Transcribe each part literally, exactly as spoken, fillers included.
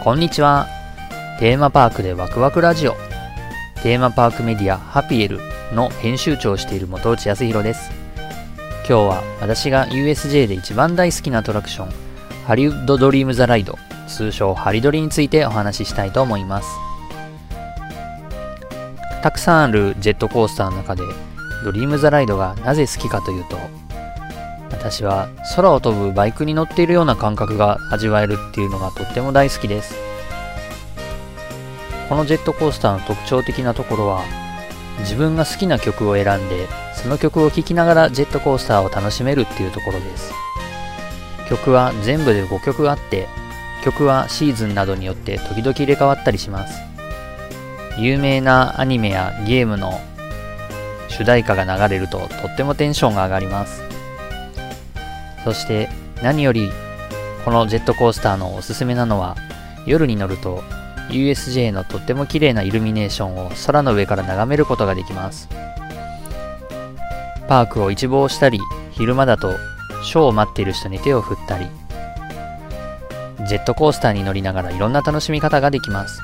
こんにちは。テーマパークでワクワクラジオ、テーマパークメディアハピエルの編集長をしている本内康弘です。今日は私が ユーエスジェー で一番大好きなアトラクション、ハリウッドドリームザライド、通称ハリドリについてお話ししたいと思います。たくさんあるジェットコースターの中でドリームザライドがなぜ好きかというと、私は空を飛ぶバイクに乗っているような感覚が味わえるっていうのがとっても大好きです。このジェットコースターの特徴的なところは、自分が好きな曲を選んでその曲を聴きながらジェットコースターを楽しめるっていうところです。曲は全部でごきょくあって、曲はシーズンなどによって時々入れ替わったりします。有名なアニメやゲームの主題歌が流れるととってもテンションが上がります。そして何よりこのジェットコースターのおすすめなのは、夜に乗ると ユーエスジェー のとっても綺麗なイルミネーションを空の上から眺めることができます。パークを一望したり、昼間だとショーを待っている人に手を振ったり、ジェットコースターに乗りながらいろんな楽しみ方ができます。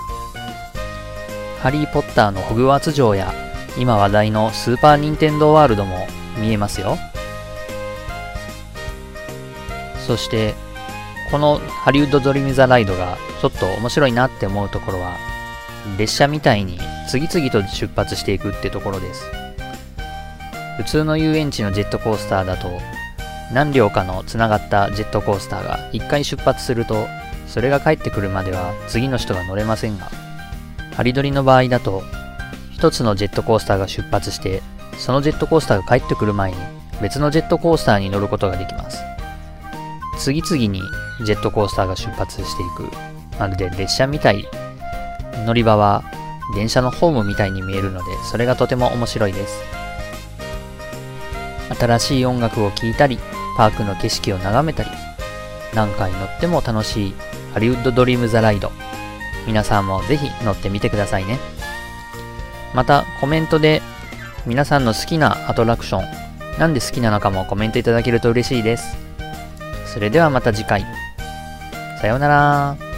ハリーポッターのホグワーツ城や今話題のスーパーニンテンドーワールドも見えますよ。そしてこのハリウッドドリームザライドがちょっと面白いなって思うところは、列車みたいに次々と出発していくってところです。普通の遊園地のジェットコースターだと、何両かのつながったジェットコースターがいっかい出発すると、それが帰ってくるまでは次の人が乗れませんが、ハリドリの場合だと一つのジェットコースターが出発して、そのジェットコースターが帰ってくる前に別のジェットコースターに乗ることができます。次々にジェットコースターが出発していく、まるで列車みたい。乗り場は電車のホームみたいに見えるので、それがとても面白いです。新しい音楽を聴いたり、パークの景色を眺めたり、何回乗っても楽しいハリウッドドリームザライド、皆さんもぜひ乗ってみてくださいね。またコメントで皆さんの好きなアトラクション、なんで好きなのかもコメントいただけると嬉しいです。それではまた次回。さようなら。